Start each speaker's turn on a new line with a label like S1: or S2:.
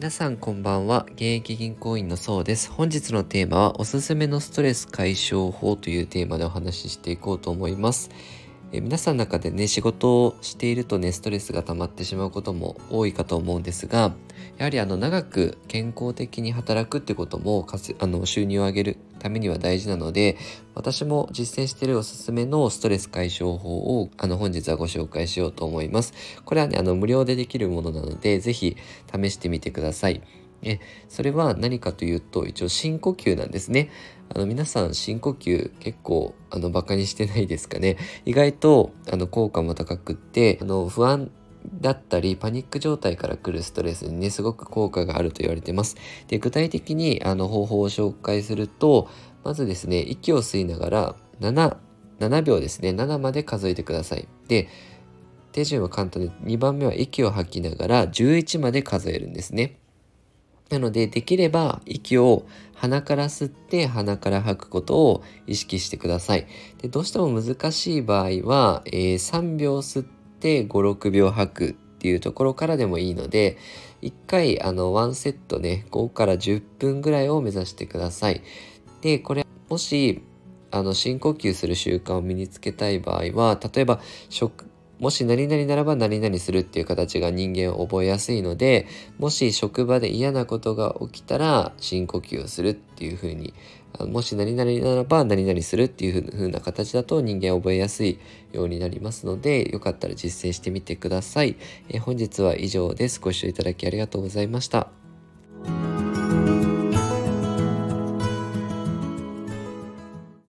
S1: 皆さんこんばんは。現役銀行員のそうです。本日のテーマはおすすめのストレス解消法というテーマでお話ししていこうと思います。皆さんの中でね、仕事をしているとね、ストレスが溜まってしまうことも多いかと思うんですが、やはり長く健康的に働くってことも収入を上げるためには大事なので、私も実践しているおすすめのストレス解消法を本日はご紹介しようと思います。これはね、無料でできるものなので、ぜひ試してみてください。それは何かというと、一応深呼吸なんですね。皆さん深呼吸結構バカにしてないですかね。意外と効果も高くって、不安だったりパニック状態から来るストレスにね、すごく効果があると言われてます。で、具体的に方法を紹介すると、まずですね、息を吸いながら7秒ですね、7まで数えてください。で、手順は簡単で、2番目は息を吐きながら11まで数えるんですね。なので、できれば息を鼻から吸って鼻から吐くことを意識してください。で、どうしても難しい場合は、3秒吸って5、6秒吐くっていうところからでもいいので、1回1セットね、5から10分ぐらいを目指してください。で、これもし深呼吸する習慣を身につけたい場合は、例えばもし何々ならば何々するっていう形が人間を覚えやすいので、もし職場で嫌なことが起きたら深呼吸をするっていう風に、もし何々ならば何々するっていう風な形だと人間を覚えやすいようになりますので、よかったら実践してみてください。本日は以上です。ご視聴いただきありがとうございました。